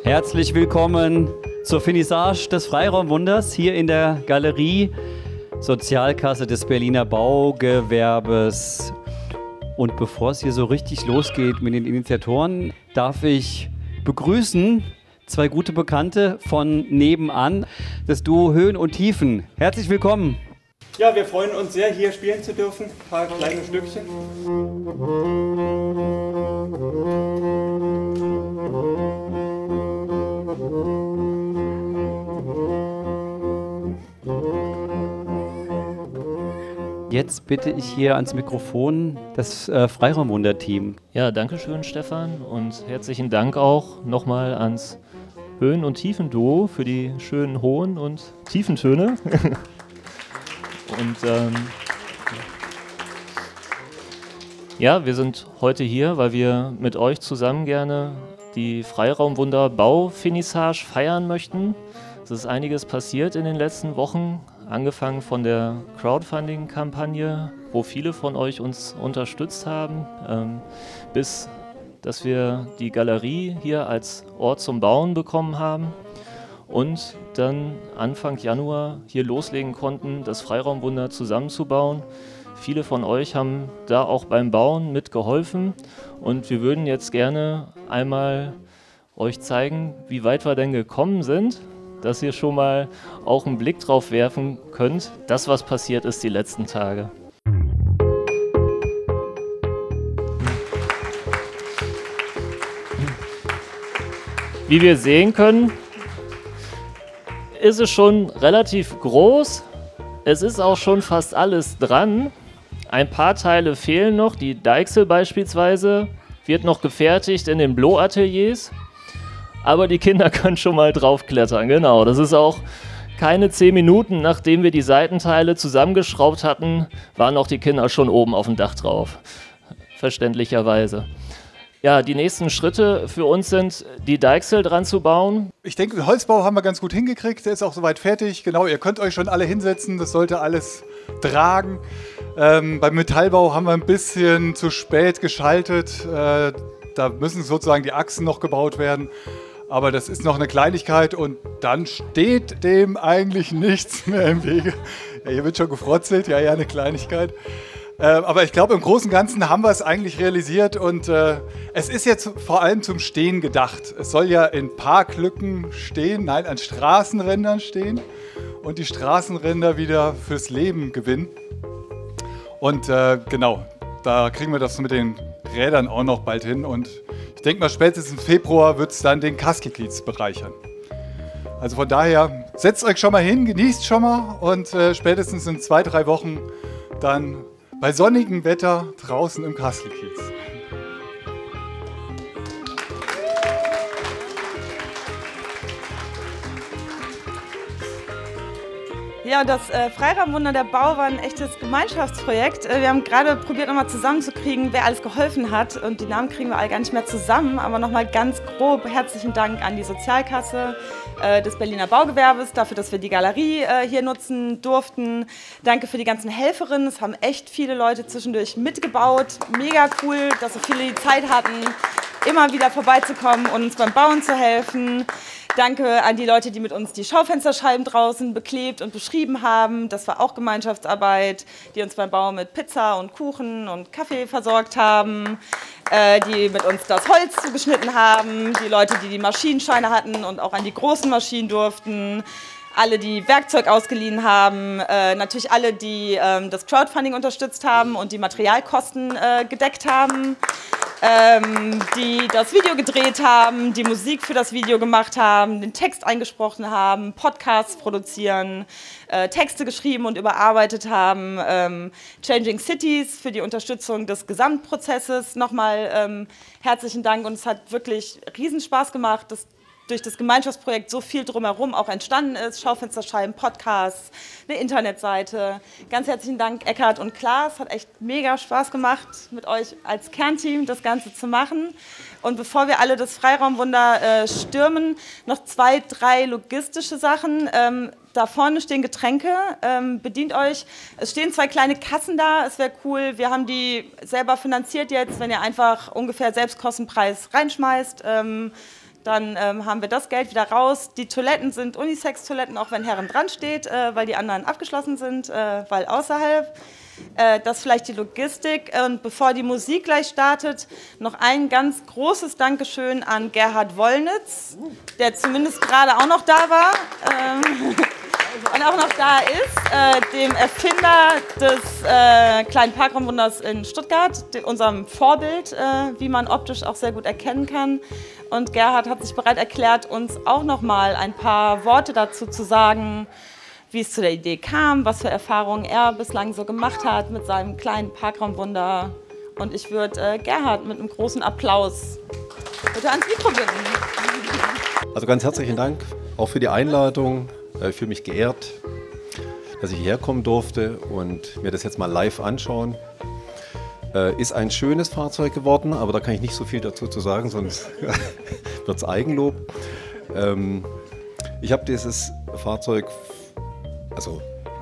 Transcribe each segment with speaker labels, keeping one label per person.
Speaker 1: Herzlich willkommen zur Finissage des Freiraumwunders hier in der Galerie Sozialkasse des Berliner Baugewerbes. Und bevor es hier so richtig losgeht mit den Initiatoren, darf ich begrüßen zwei gute Bekannte von nebenan, das Duo Höhen und Tiefen. Herzlich willkommen.
Speaker 2: Ja, wir freuen uns sehr, hier spielen zu dürfen. Ein paar kleine Stückchen.
Speaker 1: Jetzt bitte ich hier ans Mikrofon das Freiraumwunder-Team.
Speaker 3: Ja, danke schön, Stefan, und herzlichen Dank auch nochmal ans Höhen- und Tiefenduo für die schönen hohen und tiefen Töne. Und ja, wir sind heute hier, weil wir mit euch zusammen gerne die Freiraumwunder Baufinissage feiern möchten. Es ist einiges passiert in den letzten Wochen, angefangen von der Crowdfunding-Kampagne, wo viele von euch uns unterstützt haben, bis dass wir die Galerie hier als Ort zum Bauen bekommen haben und dann Anfang Januar hier loslegen konnten, das Freiraumwunder zusammenzubauen. Viele von euch haben da auch beim Bauen mitgeholfen und wir würden jetzt gerne einmal euch zeigen, wie weit wir denn gekommen sind, dass ihr schon mal auch einen Blick drauf werfen könnt, das, was passiert ist die letzten Tage. Wie wir sehen können, ist es schon relativ groß. Es ist auch schon fast alles dran. Ein paar Teile fehlen noch. Die Deichsel beispielsweise wird noch gefertigt in den Blow-Ateliers. Aber die Kinder können schon mal draufklettern. Genau, das ist auch keine 10 Minuten, nachdem wir die Seitenteile zusammengeschraubt hatten, waren auch die Kinder schon oben auf dem Dach drauf. Verständlicherweise. Ja, die nächsten Schritte für uns sind, die Deichsel dran zu bauen.
Speaker 4: Ich denke, den Holzbau haben wir ganz gut hingekriegt, der ist auch soweit fertig. Genau, ihr könnt euch schon alle hinsetzen, das sollte alles tragen. Beim Metallbau haben wir ein bisschen zu spät geschaltet. Da müssen sozusagen die Achsen noch gebaut werden. Aber das ist noch eine Kleinigkeit und dann steht dem eigentlich nichts mehr im Wege. Ja, hier wird schon gefrotzelt, ja, eine Kleinigkeit. Aber ich glaube, im Großen und Ganzen haben wir es eigentlich realisiert und es ist jetzt vor allem zum Stehen gedacht. Es soll ja in Parklücken stehen, nein, an Straßenrändern stehen und die Straßenränder wieder fürs Leben gewinnen. Und genau, da kriegen wir das mit den Rädern auch noch bald hin und ich denke mal, spätestens im Februar wird es dann den Kastelkiez bereichern. Also von daher, setzt euch schon mal hin, genießt schon mal und spätestens in 2, 3 Wochen dann bei sonnigem Wetter draußen im Kastelkiez.
Speaker 5: Ja, das Freiraumwunder der Bau war ein echtes Gemeinschaftsprojekt. Wir haben gerade probiert, nochmal zusammenzukriegen, wer alles geholfen hat. Und die Namen kriegen wir alle gar nicht mehr zusammen. Aber nochmal ganz grob herzlichen Dank an die Sozialkasse des Berliner Baugewerbes, dafür, dass wir die Galerie hier nutzen durften. Danke für die ganzen Helferinnen. Es haben echt viele Leute zwischendurch mitgebaut. Mega cool, dass so viele die Zeit hatten, immer wieder vorbeizukommen und uns beim Bauen zu helfen. Danke an die Leute, die mit uns die Schaufensterscheiben draußen beklebt und beschrieben haben. Das war auch Gemeinschaftsarbeit, die uns beim Bau mit Pizza und Kuchen und Kaffee versorgt haben, die mit uns das Holz zugeschnitten haben, die Leute, die die Maschinenscheine hatten und auch an die großen Maschinen durften, alle, die Werkzeug ausgeliehen haben, natürlich alle, die das Crowdfunding unterstützt haben und die Materialkosten gedeckt haben. Die das Video gedreht haben, die Musik für das Video gemacht haben, den Text eingesprochen haben, Podcasts produzieren, Texte geschrieben und überarbeitet haben, Changing Cities für die Unterstützung des Gesamtprozesses. Nochmal herzlichen Dank und es hat wirklich riesen Spaß gemacht, dass durch das Gemeinschaftsprojekt so viel drumherum auch entstanden ist. Schaufensterscheiben, Podcasts, eine Internetseite. Ganz herzlichen Dank, Eckhard und Klaas. Hat echt mega Spaß gemacht, mit euch als Kernteam das Ganze zu machen. Und bevor wir alle das Freiraumwunder stürmen, noch 2, 3 logistische Sachen. Da vorne stehen Getränke, bedient euch. Es stehen 2 kleine Kassen da, es wäre cool. Wir haben die selber finanziert jetzt, wenn ihr einfach ungefähr Selbstkostenpreis reinschmeißt. Dann haben wir das Geld wieder raus. Die Toiletten sind Unisex-Toiletten, auch wenn Herren dran steht, weil die anderen abgeschlossen sind, weil außerhalb. Das ist vielleicht die Logistik. Und bevor die Musik gleich startet, noch ein ganz großes Dankeschön an Gerhard Wollnitz, der zumindest gerade auch noch da war. Und auch noch da ist, dem Erfinder des kleinen Parkraumwunders in Stuttgart, unserem Vorbild, wie man optisch auch sehr gut erkennen kann. Und Gerhard hat sich bereit erklärt, uns auch noch mal ein paar Worte dazu zu sagen, wie es zu der Idee kam, was für Erfahrungen er bislang so gemacht hat mit seinem kleinen Parkraumwunder. Und ich würde Gerhard mit einem großen Applaus bitte ans Mikro bitten.
Speaker 6: Also ganz herzlichen Dank auch für die Einladung. Ich fühle mich geehrt, dass ich hierher kommen durfte und mir das jetzt mal live anschauen. Ist ein schönes Fahrzeug geworden, aber da kann ich nicht so viel dazu zu sagen, sonst wird es Eigenlob. Ich habe dieses Fahrzeug, also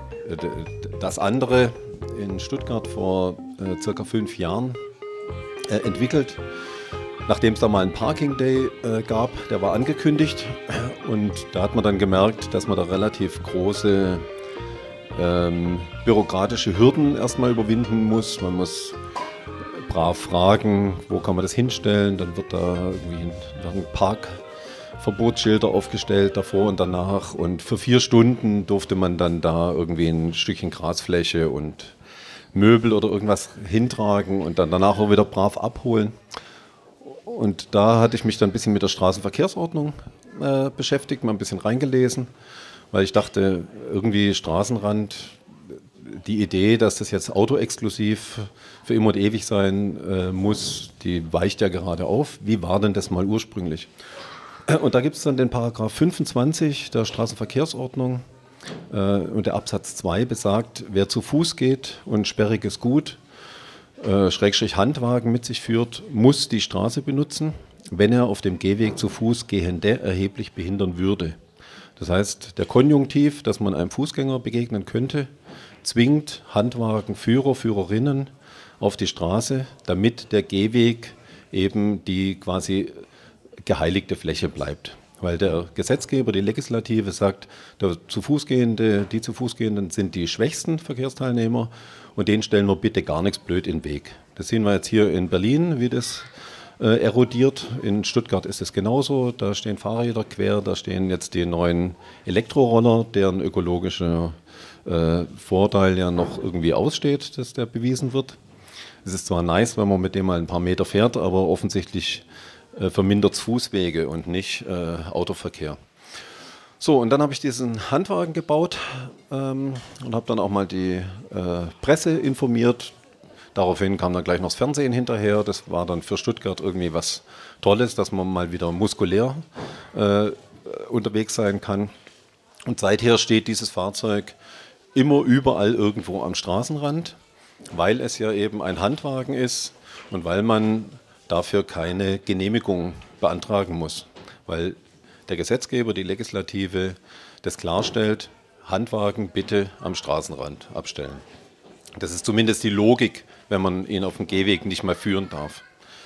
Speaker 6: das andere, in Stuttgart vor circa 5 Jahren entwickelt. Nachdem es da mal einen Parking Day gab, der war angekündigt und da hat man dann gemerkt, dass man da relativ große bürokratische Hürden erstmal überwinden muss. Man muss brav fragen, wo kann man das hinstellen, dann wird da irgendwie ein Parkverbotsschilder aufgestellt davor und danach und für 4 Stunden durfte man dann da irgendwie ein Stückchen Grasfläche und Möbel oder irgendwas hintragen und dann danach auch wieder brav abholen. Und da hatte ich mich dann ein bisschen mit der Straßenverkehrsordnung beschäftigt, mal ein bisschen reingelesen, weil ich dachte, irgendwie Straßenrand, die Idee, dass das jetzt autoexklusiv für immer und ewig sein muss, die weicht ja gerade auf. Wie war denn das mal ursprünglich? Und da gibt es dann den Paragraph 25 der Straßenverkehrsordnung und der Absatz 2 besagt, wer zu Fuß geht und sperriges Gut Schrägstrich Handwagen mit sich führt, muss die Straße benutzen, wenn er auf dem Gehweg zu Fuß Gehende erheblich behindern würde. Das heißt, der Konjunktiv, dass man einem Fußgänger begegnen könnte, zwingt Handwagenführer, Führerinnen auf die Straße, damit der Gehweg eben die quasi geheiligte Fläche bleibt. Weil der Gesetzgeber, die Legislative sagt, die zu Fußgehenden sind die schwächsten Verkehrsteilnehmer und denen stellen wir bitte gar nichts blöd in den Weg. Das sehen wir jetzt hier in Berlin, wie das erodiert. In Stuttgart ist es genauso. Da stehen Fahrräder quer, da stehen jetzt die neuen Elektroroller, deren ökologischer Vorteil ja noch irgendwie aussteht, dass der bewiesen wird. Es ist zwar nice, wenn man mit dem mal ein paar Meter fährt, aber offensichtlich vermindert es Fußwege und nicht Autoverkehr. So, und dann habe ich diesen Handwagen gebaut und habe dann auch mal die Presse informiert. Daraufhin kam dann gleich noch das Fernsehen hinterher. Das war dann für Stuttgart irgendwie was Tolles, dass man mal wieder muskulär unterwegs sein kann. Und seither steht dieses Fahrzeug immer überall irgendwo am Straßenrand, weil es ja eben ein Handwagen ist und weil man dafür keine Genehmigung beantragen muss. Weil der Gesetzgeber, die Legislative, das klarstellt, Handwagen bitte am Straßenrand abstellen. Das ist zumindest die Logik, wenn man ihn auf dem Gehweg nicht mehr führen darf.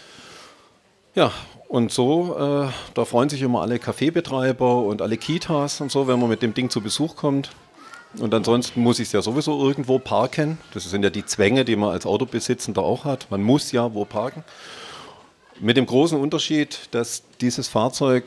Speaker 6: Ja, und so, da freuen sich immer alle Kaffeebetreiber und alle Kitas und so, wenn man mit dem Ding zu Besuch kommt. Und ansonsten muss ich es ja sowieso irgendwo parken. Das sind ja die Zwänge, die man als Autobesitzender auch hat. Man muss ja wo parken. Mit dem großen Unterschied, dass dieses Fahrzeug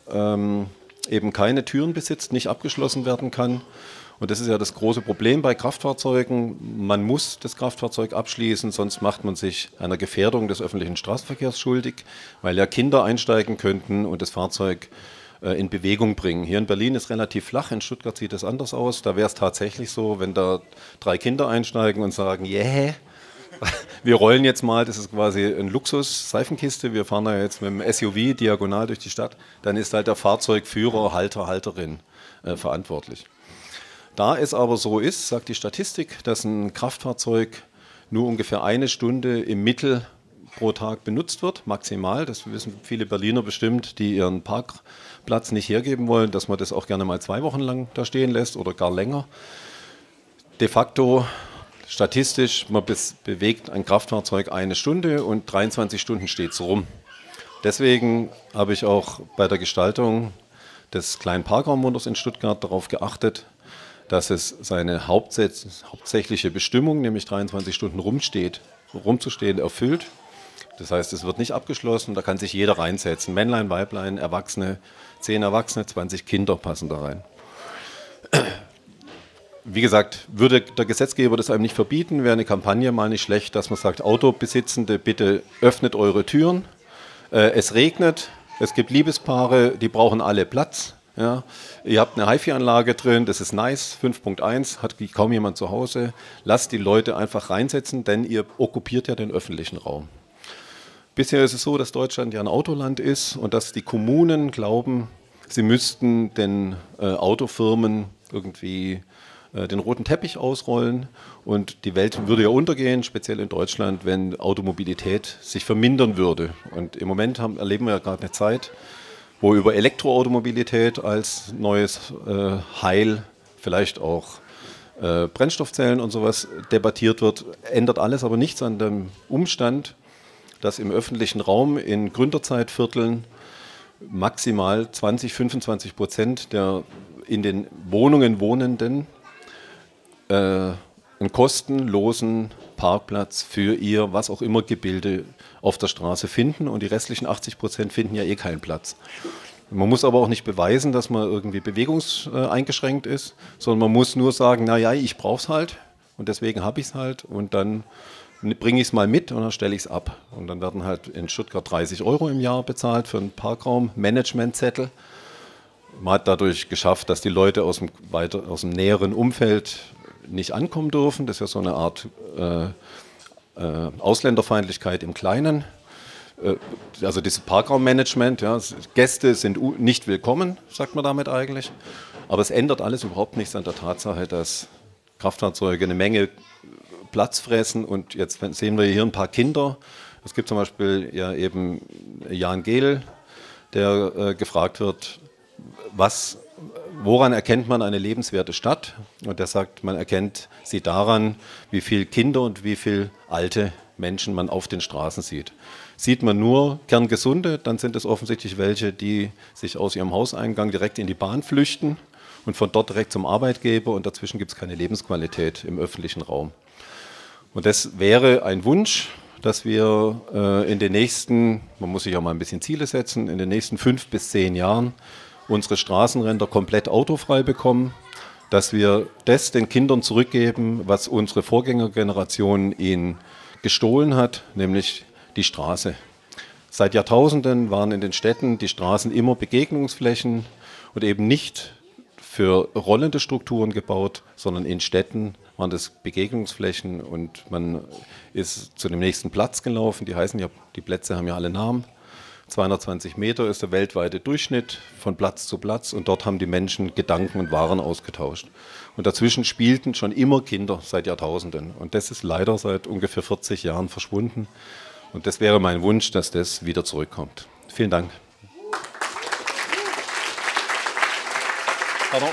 Speaker 6: eben keine Türen besitzt, nicht abgeschlossen werden kann. Und das ist ja das große Problem bei Kraftfahrzeugen. Man muss das Kraftfahrzeug abschließen, sonst macht man sich einer Gefährdung des öffentlichen Straßenverkehrs schuldig, weil ja Kinder einsteigen könnten und das Fahrzeug in Bewegung bringen. Hier in Berlin ist relativ flach, in Stuttgart sieht es anders aus. Da wäre es tatsächlich so, wenn da 3 Kinder einsteigen und sagen, yeah, wir rollen jetzt mal, das ist quasi ein Luxus-Seifenkiste, wir fahren da jetzt mit dem SUV diagonal durch die Stadt, dann ist halt der Fahrzeugführer, Halter, Halterin verantwortlich. Da es aber so ist, sagt die Statistik, dass ein Kraftfahrzeug nur ungefähr 1 Stunde im Mittel pro Tag benutzt wird, maximal. Das wissen viele Berliner bestimmt, die ihren Parkplatz nicht hergeben wollen, dass man das auch gerne mal 2 Wochen lang da stehen lässt oder gar länger. De facto, statistisch, man bewegt ein Kraftfahrzeug 1 Stunde und 23 Stunden steht es rum. Deswegen habe ich auch bei der Gestaltung des kleinen Parkraumwunders in Stuttgart darauf geachtet, dass es seine hauptsächliche Bestimmung, nämlich 23 Stunden rumzustehen, erfüllt. Das heißt, es wird nicht abgeschlossen, da kann sich jeder reinsetzen. Männlein, Weiblein, Erwachsene, 10 Erwachsene, 20 Kinder passen da rein. Wie gesagt, würde der Gesetzgeber das einem nicht verbieten, wäre eine Kampagne mal nicht schlecht, dass man sagt, Autobesitzende, bitte öffnet eure Türen. Es regnet, es gibt Liebespaare, die brauchen alle Platz. Ja. Ihr habt eine HiFi-Anlage drin, das ist nice, 5.1, hat kaum jemand zu Hause. Lasst die Leute einfach reinsetzen, denn ihr okkupiert ja den öffentlichen Raum. Bisher ist es so, dass Deutschland ja ein Autoland ist und dass die Kommunen glauben, sie müssten den Autofirmen irgendwie den roten Teppich ausrollen und die Welt würde ja untergehen, speziell in Deutschland, wenn Automobilität sich vermindern würde. Und im Moment erleben wir ja gerade eine Zeit, wo über Elektroautomobilität als neues Heil, vielleicht auch Brennstoffzellen und sowas debattiert wird, ändert alles aber nichts an dem Umstand, dass im öffentlichen Raum in Gründerzeitvierteln maximal 20–25% der in den Wohnungen Wohnenden einen kostenlosen Parkplatz für ihr, was auch immer, Gebilde auf der Straße finden und die restlichen 80% finden ja eh keinen Platz. Man muss aber auch nicht beweisen, dass man irgendwie bewegungseingeschränkt ist, sondern man muss nur sagen, naja, ich brauche es halt und deswegen habe ich es halt und dann bringe ich es mal mit und dann stelle ich es ab. Und dann werden halt in Stuttgart 30 € im Jahr bezahlt für einen Parkraum-Managementzettel. Man hat dadurch geschafft, dass die Leute aus dem näheren Umfeld nicht ankommen dürfen. Das ist ja so eine Art Ausländerfeindlichkeit im Kleinen. Also dieses Parkraummanagement, ja, Gäste sind nicht willkommen, sagt man damit eigentlich. Aber es ändert alles überhaupt nichts an der Tatsache, dass Kraftfahrzeuge eine Menge Platz fressen. Und jetzt sehen wir hier ein paar Kinder. Es gibt zum Beispiel ja eben Jan Gehl, der gefragt wird, woran erkennt man eine lebenswerte Stadt? Und der sagt, man erkennt sie daran, wie viele Kinder und wie viele alte Menschen man auf den Straßen sieht. Sieht man nur kerngesunde, dann sind es offensichtlich welche, die sich aus ihrem Hauseingang direkt in die Bahn flüchten und von dort direkt zum Arbeitgeber und dazwischen gibt es keine Lebensqualität im öffentlichen Raum. Und das wäre ein Wunsch, dass wir in den nächsten, man muss sich auch mal ein bisschen Ziele setzen, in den nächsten 5 bis 10 Jahren unsere Straßenränder komplett autofrei bekommen, dass wir das den Kindern zurückgeben, was unsere Vorgängergeneration ihnen gestohlen hat, nämlich die Straße. Seit Jahrtausenden waren in den Städten die Straßen immer Begegnungsflächen und eben nicht für rollende Strukturen gebaut, sondern in Städten waren das Begegnungsflächen und man ist zu dem nächsten Platz gelaufen. Die Plätze haben ja alle Namen. 220 Meter ist der weltweite Durchschnitt von Platz zu Platz und dort haben die Menschen Gedanken und Waren ausgetauscht. Und dazwischen spielten schon immer Kinder seit Jahrtausenden und das ist leider seit ungefähr 40 Jahren verschwunden und das wäre mein Wunsch, dass das wieder zurückkommt. Vielen Dank. Pardon.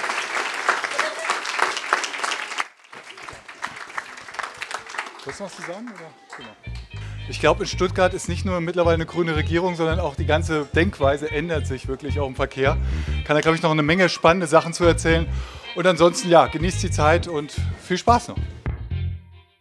Speaker 4: Willst du noch was sagen? Oder? Genau. Ich glaube, in Stuttgart ist nicht nur mittlerweile eine grüne Regierung, sondern auch die ganze Denkweise ändert sich wirklich auch im Verkehr. Kann da, glaube ich, noch eine Menge spannende Sachen zu erzählen. Und ansonsten, ja, genießt die Zeit und viel Spaß noch.